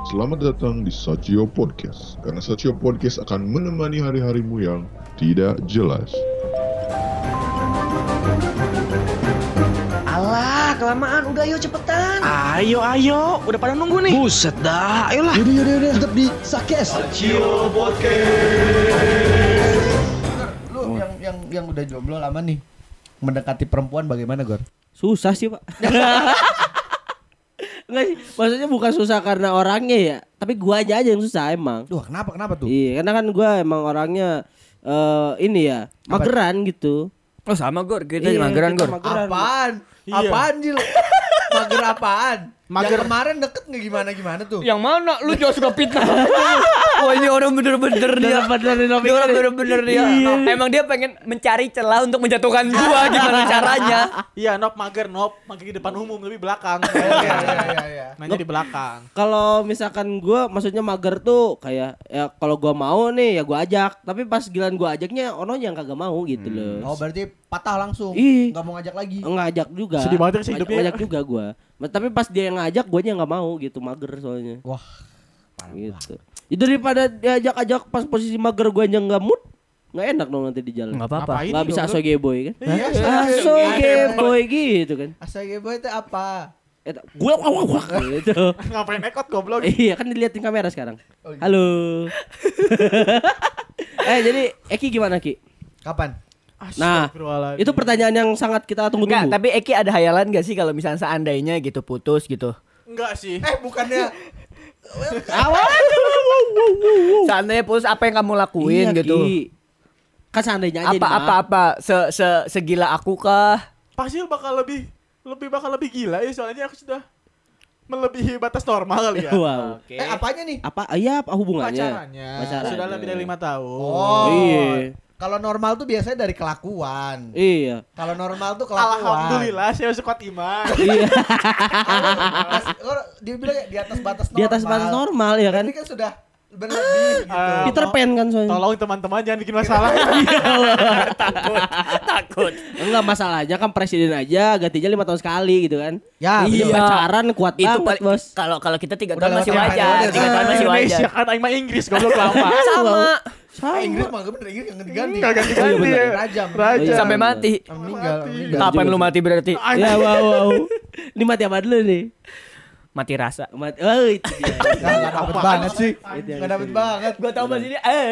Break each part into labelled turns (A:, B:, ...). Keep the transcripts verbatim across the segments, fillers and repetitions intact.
A: Selamat datang di Sachio Podcast, karena Sachio Podcast akan menemani hari-harimu yang tidak jelas.
B: Alah, kelamaan. Udah, ayo cepetan.
C: Ayo, ayo. Udah pada nunggu nih.
B: Buset dah, ayolah.
D: Yaudah, yaudah, yaudah. Tetap di Sakes.
C: Sachio Podcast.
D: Lu yang yang yang udah jomblo lama nih, mendekati perempuan bagaimana, Gor?
E: Susah sih, Pak. Enggak sih, maksudnya bukan susah karena orangnya ya, tapi gua aja aja yang susah emang.
D: Duh, kenapa kenapa tuh?
E: Iya, karena kan gua emang orangnya eh ini ya, mageran gitu.
B: Oh sama Gor, kita
E: Iya,
B: mageran
E: kita
B: Gor.
E: mageran.
D: Apaan?
C: Iya.
D: Apaan, Jil? Mager apaan?
C: Mager.
D: Yang kemarin deket nggak gimana-gimana tuh?
B: Yang mana? Lu juga suka fitnah. Wah, ini orang bener-bener dia. Dia orang bener-bener dia. Emang dia pengen mencari celah untuk menjatuhkan gua, gimana caranya?
C: Iya, Nop mager, Nop. Mager di depan umum, lebih belakang.
D: Iya, iya, iya, iya.
C: Mainnya di belakang.
E: Kalau misalkan gua maksudnya mager tuh kayak ya kalau gua mau nih ya gua ajak, tapi pas giliran gua ajaknya ono yang kagak mau gitu loh.
D: Oh, berarti patah langsung.
E: Ih.
D: Nggak mau ngajak lagi.
E: Ngajak juga.
C: Sedih banget sih
E: Ngajak-
C: hidupnya.
E: Ngajak juga gua. Tapi pas dia yang ngajak guanya enggak mau gitu, mager soalnya.
D: Wah.
E: Gitu. Itu daripada diajak-ajak pas posisi mager gua aja enggak mood, enggak enak dong nanti di jalan.
B: Enggak apa-apa.
C: Ngapain
E: Enggak
C: nih,
E: bisa
C: goblok?
E: asoge boy kan?
D: Iya,
E: Asoge boy gitu kan.
D: Asage boy itu apa?
E: Eh, gua gua gua gitu.
C: Ngapain ekot goblok?
E: Iya kan diliatin kamera sekarang.
D: Oh, iya.
E: Halo. eh jadi Eki gimana Ki?
D: Kapan?
E: Nah,
C: Astagfirullahaladzim.
E: itu pertanyaan yang sangat kita
B: Enggak,
E: tunggu-tunggu.
B: tapi Eki ada hayalan gak sih kalau misalnya seandainya gitu putus gitu?
C: Enggak sih.
D: Eh, bukannya
E: Awal.
B: Seandainya putus apa yang kamu lakuin
E: Iya,
B: gitu?
E: Ki. Kan seandainya aja
B: Apa
E: nih,
B: apa
E: Mak.
B: apa se se segila aku kah?
C: Pasti bakal lebih lebih bakal lebih gila ya, soalnya aku sudah melebihi batas normal kali ya.
E: Wow.
B: Oke.
D: eh apanya nih?
E: Apa? Iya, apa hubungannya?
C: Pacarannya.
E: Pacarannya.
C: Sudah lebih dari lima tahun.
D: Oh.
E: Iya.
D: Kalau normal tuh biasanya dari kelakuan.
E: Iya.
D: Kalau normal tuh kelakuan.
C: Alhamdulillah saya sekuat iman.
E: Iya.
D: Mas- oh, dia bilang ya, di atas batas normal.
E: Di atas batas normal ya kan?
D: Berarti kan sudah berlebih gitu.
C: Ah,
E: Peter Pan kan soalnya.
C: Tolong teman-teman jangan bikin masalah.
B: takut, takut.
E: Enggak masalahnya kan presiden aja gantinya lima tahun sekali gitu kan.
D: Ya,
E: Iya.
D: betul.
E: Pacaran kuat
B: Itu
E: banget,
B: pal-
E: Bos.
B: Kalau kalau kita tiga
D: Udah
B: tahun masih
D: lewat yang
B: wajar,
D: lain,
B: tiga
D: udah.
B: tahun masih
C: Indonesia
B: wajar.
C: kan aing mah Inggris goblok lama.
B: Sama.
D: Eh, Inggris mah bener Inggris yang ganti-ganti.
C: Enggak ganti-ganti.
E: Oh, iya, bener.
D: Rajam.
C: Rajam.
E: Oh, iya.
B: Sampai mati.
D: Meninggal, meninggal.
B: Kapan lu mati berarti?
E: Ya wow wow. Ini mati apa dulu nih?
B: Mati rasa.
E: Mati. Oh itu dia.
D: Nggak, nggak dapet banget sih.
E: Itu yang
D: Nggak dapet
E: itu.
D: banget.
B: Gua tahu mas ini. Eh.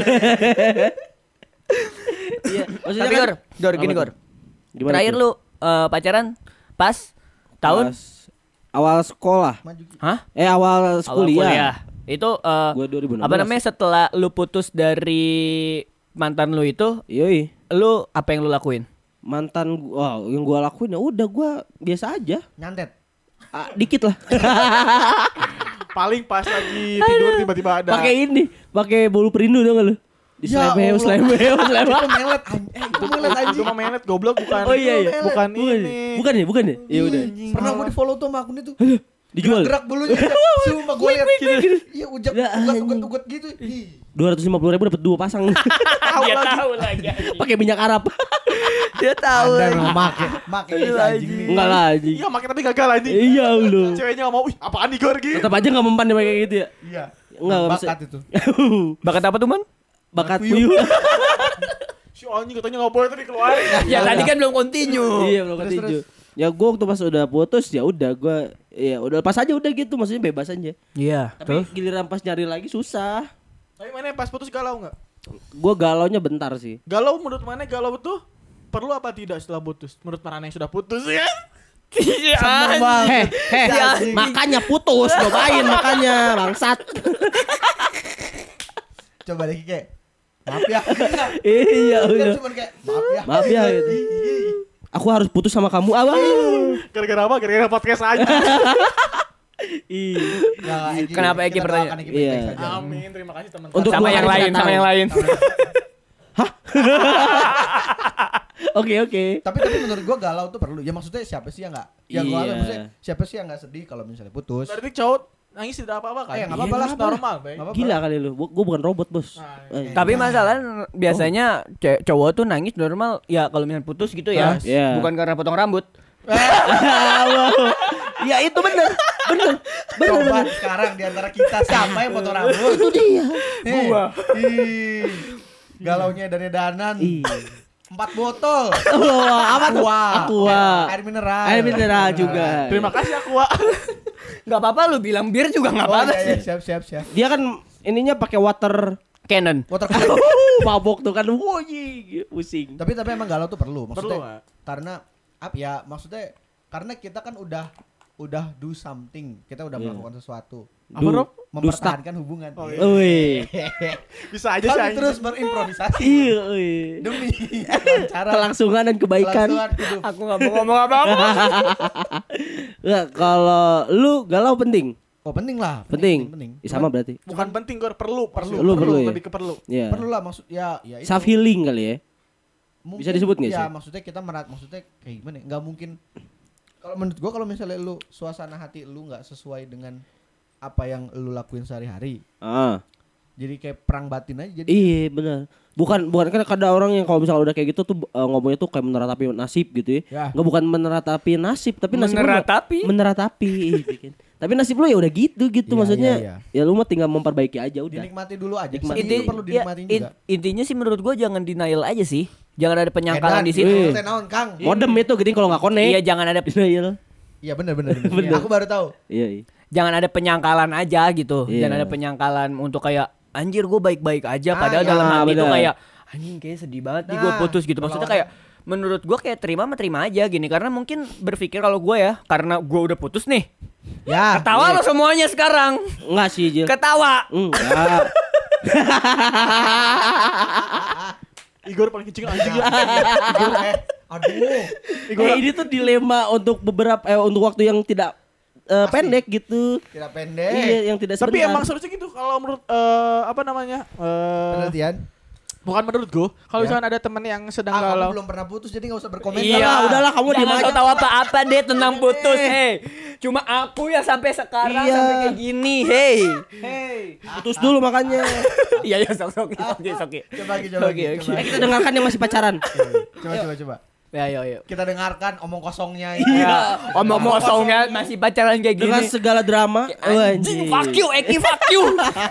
E: Iya, maksudnya
B: Tapi
E: kan
B: Gor, Gor gini
E: Apa
B: Gor.
E: tuh? Gimana
B: Terakhir
E: tuh?
B: lu eh, pacaran pas tahun?
E: Pas awal sekolah.
D: Maju.
B: Hah?
E: Eh awal
B: Awal
E: kuliah.
B: Itu eh,
E: Gua dua ribu enam belas.
B: apa namanya setelah lu putus dari mantan lu itu,
E: Yoi.
B: lu apa yang lu lakuin?
E: Mantan gua, oh, yang gua lakuin ya udah gua biasa aja.
D: Nyantet.
E: Ah, dikit lah.
C: Paling pas lagi tidur tiba-tiba ada.
E: Pakai ini, pakai bolu perindu dong lu. Di
D: Ya
E: selebeo,
D: Allah.
E: selebeo, selebeo.
D: Itu melet anjing. Eh, itu melet
C: Itu
D: anjing.
C: mah melet goblok bukan.
E: Oh iya iya.
C: Bukan
E: Bukan,
C: ini.
E: bukan ya, bukan ya? Ya udah.
D: Pernah gue di follow tuh sama akun itu.
E: Dijual.
D: Gerak bulunya. Sumpah gue liat. Iya, ujak
E: Ya,
D: ugat-ugat gitu. Ih.
E: dua ratus lima puluh ribu dapat dua pasang.
B: Dia tahu lagi.
E: Pakai minyak Arab.
B: Dia tahu.
D: Anda memang make. Make gitu anjing nih.
E: Enggak lah anjing.
C: Iya makin tapi gagal anjing.
E: Iya lu.
C: Ceweknya ngomong, "Wih, apaan nih Gor gitu?"
E: Tetap aja enggak mempan dia kayak gitu ya.
D: Iya.
E: Enggak
D: Bakat itu.
B: Bakat apa tuh, Man?
E: Bakat
D: Puyuh.
E: puyuh.
C: Si anjing katanya enggak boleh tadi keluarin.
B: Ya tadi kan belum continue.
E: Iya belum
D: Terus,
E: ketinju. Ya gue waktu pas udah putus ya udah gue ya udah lepas aja udah gitu maksudnya bebas aja.
B: Iya.
E: Tapi giliran pas nyari lagi susah.
C: Tapi mana pas putus galau enggak?
E: Gue galaunya bentar sih.
C: Galau menurut mana galau tuh perlu apa tidak setelah putus? Menurut mana yang sudah putus ya?
B: Iya.
D: Seneng banget.
E: Heh, heh,
D: anjing.
E: makanya putus, cobain makanya bangsat.
D: Coba deh kayak. Maaf ya.
E: Iya,
D: Kan
E: udah.
D: cuman kayak maaf ya.
E: Maaf ya gitu. Aku harus putus sama kamu. Awal.
C: Gara-gara apa? Gara-gara podcast aja.
E: Ih.
D: Nggak, Eki,
B: Kenapa
D: kita
B: Eki bertanya?
D: doakan Eki baik-baik
E: Iya.
D: saja.
C: Amin, terima kasih teman-teman.
E: Untuk
B: Sama
E: dua
B: yang
E: hari
B: lain,
E: kita
B: sama
E: tahu.
B: yang lain.
E: Oke, oke.
D: Tapi tapi menurut gua galau tuh perlu. Ya maksudnya siapa sih yang enggak? Ya gua
E: Iya.
D: maksudnya siapa sih yang enggak sedih kalau misalnya putus?
C: Berarti cowok nangis tidak apa-apa kan?
D: Eh, nggak
C: Iya,
D: apa-apa lah,
C: nangis
D: apa-apa.
C: normal, Bay.
D: Nggak apa-apa.
E: Gila kali lu. Gue bukan robot, Bos.
C: Nah,
E: Eh.
B: Tapi masalah biasanya ce- cowok tuh nangis normal ya kalau misalnya putus gitu ya.
E: Iya.
B: Bukan karena potong rambut.
E: Ya itu bener. Bener.
D: Coba sekarang di antara kita siapa yang potong rambut? Itu dia. Gua. Ih. Galaunya dari danan. Empat botol.
E: Wah, apa tuh?
D: Aqua.
E: Aqua.
D: Air mineral.
E: Air mineral juga.
C: Terima kasih aku, Wak.
B: Enggak apa-apa lu bilang bir juga enggak
D: Oh,
B: apa-apa
D: iya,
B: sih.
D: iya, siap siap siap.
E: Dia kan ininya pakai water
B: Canon.
D: Water cannon.
E: mabok tuh kan. Woi, pusing.
D: Tapi tapi emang galau tuh perlu. Maksudnya
C: Perlu, Wak.
D: karena apa ya? Maksudnya karena kita kan udah udah do something. Kita udah
E: Iya.
D: melakukan sesuatu.
C: Apa, Rob?
D: Mempertahankan hubungan.
C: Oh, iya.
E: Woi.
C: Bisa aja sih.
D: Kami
C: anjing.
D: terus berimprovisasi
E: Iya, woi.
D: demi cara
E: Kelangsungan dan kebaikan.
D: kelangsungan hidup.
B: Aku enggak mau ngomong apa-apa.
E: Nggak, kalau lu galau penting.
D: Oh penting lah.
E: Penting.
D: penting.
E: Ya, sama berarti.
C: Bukan penting, Gor, perlu, perlu,
E: Perlu, perlu ya?
C: lebih ke perlu.
E: Iya.
D: Perlu lah maksud ya ya itu.
E: Self healing kali ya.
D: Mungkin-
E: Bisa disebut nggak
D: ya,
E: sih?
D: maksudnya kita merat maksudnya kayak gimana ya? Nggak mungkin kalau menurut gua kalau misalnya lu suasana hati lu nggak sesuai dengan apa yang lu lakuin sehari-hari,
E: Ah.
D: jadi kayak perang batin aja jadi.
E: Iya benar. Bukan bukan kan ada orang yang kalau misalnya udah kayak gitu tuh uh, ngomongnya tuh kayak meneratapi nasib gitu ya.
D: Ya.
E: Enggak bukan meneratapi nasib tapi nasib lu
B: Meneratapi?
E: nggak- meneratapi. Ih, bikin. Tapi nasib lu ya udah gitu gitu
D: Iya,
E: maksudnya.
D: iya,
E: Ya lu mah tinggal memperbaiki aja udah.
D: Dinikmati dulu aja.
E: Nikmati.
D: Sedih itu perlu
B: ya,
D: dinikmatin
B: in-
D: juga.
B: intinya sih menurut gua jangan denial aja sih. Jangan ada penyangkalan
D: Edan,
B: di situ.
E: Iya.
D: teh naon, Kang?
E: Modem itu gini kalau nggak connect.
B: Iya, jangan ada
E: Denial.
D: Iya benar benar benar.
E: Bener.
D: Aku baru tahu.
E: Iya, iya.
B: jangan ada penyangkalan aja gitu.
E: Iya.
B: Jangan ada penyangkalan untuk kayak anjir gue baik-baik aja
D: Ah,
B: padahal
D: iya,
B: dalam hati itu
E: bener.
B: kayak anjing kayak sedih banget nih gue
D: Nah,
B: putus gitu. Maksudnya
D: kalau
B: kayak menurut gue kayak terima mah terima aja gini karena mungkin berpikir kalau gue ya karena gue udah putus nih.
D: Ya.
B: Ketawa lo semuanya sekarang.
E: Enggak sih, Jil.
B: Ketawa.
E: Enggak.
C: Igor paling kenceng anjing ya.
D: Igor, eh, aduh.
C: Igor,
E: Eh, ini tuh dilema untuk beberapa eh, untuk waktu yang tidak eh,
D: Pasti.
E: pendek gitu.
D: Tidak pendek.
E: Iya, yang tidak
C: tapi
E: sebentar.
C: emang seharusnya gitu kalau menurut eh, apa namanya? Eh,
D: Penelitian.
C: bukan menurut gue. Kalau
D: Ya.
C: misalnya ada teman yang sedang
D: Ah,
C: galau.
D: kamu belum pernah putus jadi nggak usah berkomentar
B: Iya,
D: lah.
E: udahlah, kamu diem
B: Jangan
E: aja.
B: tahu apa-apa deh tentang putus. Hei, cuma aku yang sampai sekarang
E: Iya.
B: sampai kayak gini. Hei.
E: Hey, putus dulu makanya.
B: Iya, ya sok sok sok sok.
D: Coba lagi, coba lagi,
B: Oke,
D: coba.
E: Eh, kita dengarkan yang masih pacaran.
D: Coba coba coba.
B: Ya, yo yo.
D: Kita dengarkan omong kosongnya.
B: Iya, omong kosongnya masih pacaran kayak gini.
E: Dengan segala drama. Oh,
B: Anjing, fuck you, Eki, fuck you.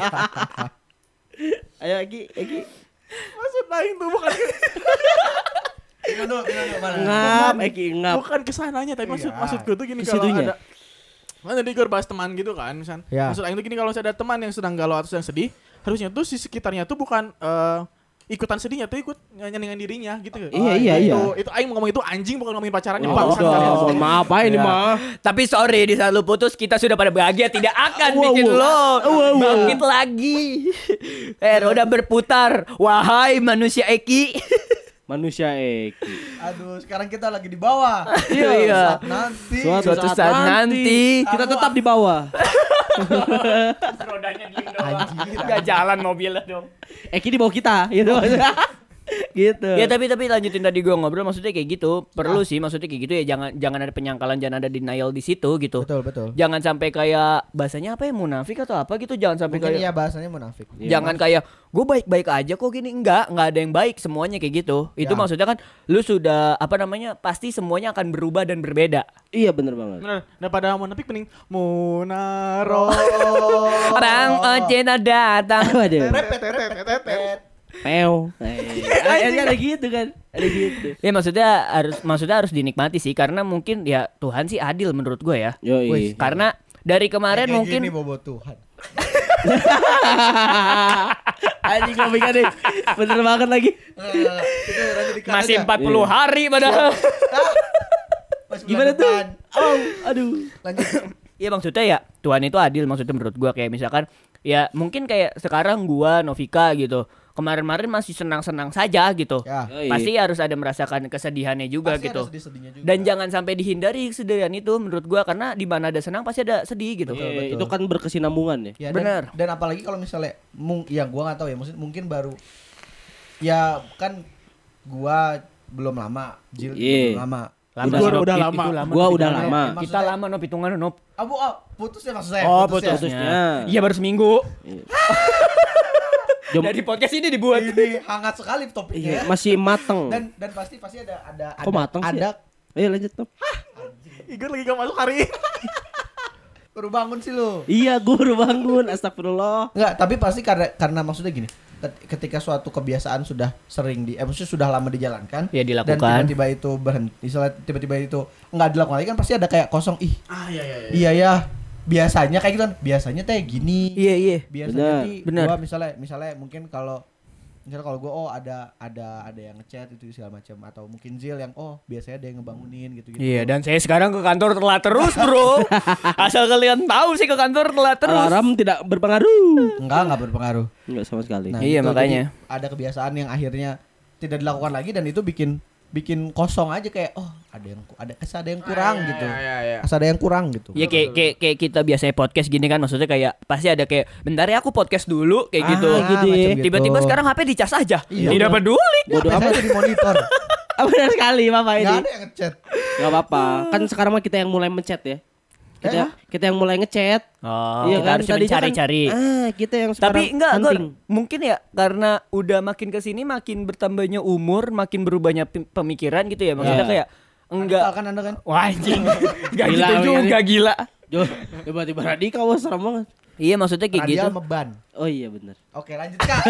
E: Ayo Eki, Eki.
C: Maksud lain tuh bukan
D: Minum dulu, minum dulu, mana?
E: Ngap, Eki ngap.
C: bukan kesananya tapi maksud
D: Iya.
C: maksud gue tuh gini
E: Ke
C: kalau
E: situnya.
C: ada kan tadi gue bahas teman gitu kan misal
D: Ya.
C: maksud Aing tuh gini kalau misalnya ada teman yang sedang galau atau sedang sedih harusnya tuh si sekitarnya tuh bukan eh, ikutan sedihnya tuh ikut nyanyiin dirinya gitu.
E: Iya, iya,
C: itu,
E: iya.
C: Itu Aing mau ngomong itu anjing bukan ngomongin pacarannya
E: Oh,
C: bangsat
E: udah,
C: kalian.
E: mohon maaf apa ini
B: Ya.
E: mah.
B: Tapi sorry di saat lu putus kita sudah pada bahagia tidak akan
E: Wow,
B: bikin
E: wow.
B: lo
E: Wow, wow.
B: bangkit lagi. Eh roda berputar. Wahai manusia Eki.
E: Manusia Eki.
D: Aduh, sekarang kita lagi di bawah.
B: Iya.
D: Saat nanti.
E: Suatu,
B: Suatu saat nanti.
E: kita tetap di bawah.
B: Rodanya diem
D: Anjir.
B: Gak jalan mobilnya dong.
E: Eki di bawah kita, gitu. gitu.
B: Ya tapi tapi lanjutin tadi gue ngobrol maksudnya kayak gitu perlu sih maksudnya kayak gitu ya jangan jangan ada penyangkalan jangan ada denial di situ gitu.
D: Betul, betul.
B: Jangan sampai kayak bahasanya apa ya munafik atau apa gitu jangan sampai
D: Mungkin
B: kayak
D: iya bahasanya munafik.
E: Iya,
B: jangan kayak gue baik-baik aja kok gini enggak enggak ada yang baik semuanya kayak gitu itu
D: Ya.
B: maksudnya kan lu sudah apa namanya pasti semuanya akan berubah dan berbeda.
E: Iya bener banget.
C: Bener, daripada munafik mending munaro.
B: Orang ojena datang.
E: Waduh.
D: Repet, repet, repet, repet.
E: Pew. Eh, ada gitu kan. Ada gitu.
B: Ya maksudnya harus maksudnya harus dinikmati sih karena mungkin ya Tuhan sih adil menurut gue ya.
E: Yoi.
D: Wih.
B: Karena dari kemarin
D: Kayak
B: mungkin
D: gini bobo Tuhan.
E: Anjing komika deh. Bener banget lagi.
D: Eh, itu nanti di-cut
B: masih
D: aja.
B: empat puluh hari padahal.
D: Pas bulan
E: Gimana tuh?
D: depan.
E: Oh, aduh.
D: Lanjut.
B: Iya maksudnya ya Tuhan itu adil maksudnya menurut gua kayak misalkan ya mungkin kayak sekarang gua Novika gitu kemarin-kemarin masih senang-senang saja gitu.
D: Ya.
E: Yoi.
B: Pasti harus ada merasakan kesedihannya juga
D: Pasti
B: gitu.
D: ada sedih-sedihnya juga.
B: Dan jangan sampai dihindari kesedihan itu menurut gua karena di mana ada senang pasti ada sedih gitu.
E: Iya, itu kan berkesinambungan ya.
D: Ya, dan,
B: Bener.
D: Dan apalagi kalau misalnya mung, ya gua nggak tahu ya, mungkin mungkin baru ya kan gua belum lama, Jil juga
E: Iya.
D: belum lama.
B: Lama,
C: Gua
B: Nop.
C: udah
B: It-
C: lama.
B: itu lama.
E: Gua
B: Nop,
E: udah
B: hitungannya.
E: lama.
B: Kita
D: Maksudnya-
B: lama Nop hitungannya Nop.
D: Abu ah, putus ya maksud saya.
B: Oh
D: putus ya.
B: putusnya.
E: Putusnya.
B: Iya baru seminggu.
E: Jom-
B: Dari podcast ini dibuat.
D: Ini hangat sekali topiknya.
E: Iya, masih mateng.
D: Dan dan pasti pasti ada ada
E: Kok
D: ada
E: mateng sih?
D: ada
E: Ayo lanjut, Top.
C: Igor lagi gak masuk hari ini.
D: Baru bangun sih lu.
E: Iya, gue baru bangun. Astagfirullah.
D: Enggak, tapi pasti karena karena maksudnya gini. Ketika suatu kebiasaan sudah sering di, eh, maksudnya sudah lama dijalankan,
B: ya dilakukan.
D: Dan tiba-tiba itu berhenti, misalnya tiba-tiba itu nggak dilakukan lagi kan pasti ada kayak kosong. Ih,
C: Ah iya iya iya.
D: iya ya. Biasanya kayak gitu kan. Biasanya teh gini.
B: Iya iya.
D: Biasanya
E: Benar.
D: nih
B: Benar.
D: gua misalnya misalnya mungkin kalau misalnya kalau gue oh ada ada ada yang ngechat itu segala macam atau mungkin Zil yang oh biasanya ada yang ngebangunin gitu-gitu.
B: Iya, dan saya sekarang ke kantor telat terus, Bro. Asal kalian tahu sih ke kantor telat terus.
E: Alarm tidak berpengaruh.
D: Enggak enggak berpengaruh.
E: Enggak sama sekali.
D: Nah,
B: Iya,
D: itu
B: makanya.
D: jadi ada kebiasaan yang akhirnya tidak dilakukan lagi dan itu bikin bikin kosong aja kayak oh ada yang ada asa ada yang kurang gitu.
C: Iya iya.
D: Asa ada yang kurang gitu.
B: Ya kayak kayak kayak kita biasanya podcast gini kan, maksudnya kayak pasti ada kayak bentar ya aku podcast dulu kayak
D: Ah,
B: gitu.
E: gitu ya.
D: macam gitu.
B: Tiba-tiba sekarang H P dicas aja.
D: Iya.
B: Tidak peduli.
E: Bodoh
D: Biasanya
E: amat.
D: itu di monitor.
E: Ah, benar sekali Bapak ini.
D: Enggak ada yang ngechat.
E: Enggak apa-apa. Kan sekarang mah kita yang mulai mencet ya. Kita
D: Eh?
E: kita yang mulai ngechat.
B: Oh,
E: Iya
B: kita
E: kan?
B: harus
E: Tadinya
B: mencari-cari.
E: Kan, ah, kita yang sekarang
B: Tapi enggak, Gor,
E: hunting.
B: mungkin ya karena udah makin kesini makin bertambahnya umur, makin berubahnya pem- pemikiran gitu ya. Maksudnya
E: Iya.
B: kayak enggak.
D: Kan Anda kan.
B: Wah anjing. Enggak
E: Gila,
B: gitu juga
E: begini.
B: gila.
E: Jo, tiba-tiba radikal wah serem banget.
B: Iya, maksudnya kayak gitu.
D: Radial meban.
E: Oh iya benar.
D: Oke, lanjut Kak.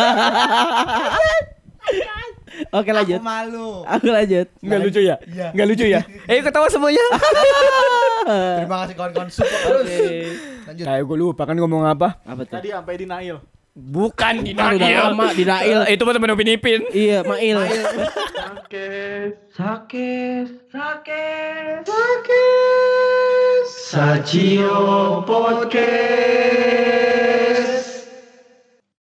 E: Oke lanjut.
D: Aku malu.
E: Aku lanjut.
B: Enggak lucu ya?
D: Iya.
B: Enggak lucu ya? Eh ketawa semuanya.
D: Terima kasih kawan-kawan support terus. Lanjut.
B: Kayak gue lupa kan ngomong apa?
E: Apa tuh?
C: Tadi sampai di Nail.
B: Bukan di
E: Kan udah lama di Nail.
B: Eh, itu mah temen Upin Ipin.
E: Iya, Mail.
D: Sajio Podcast.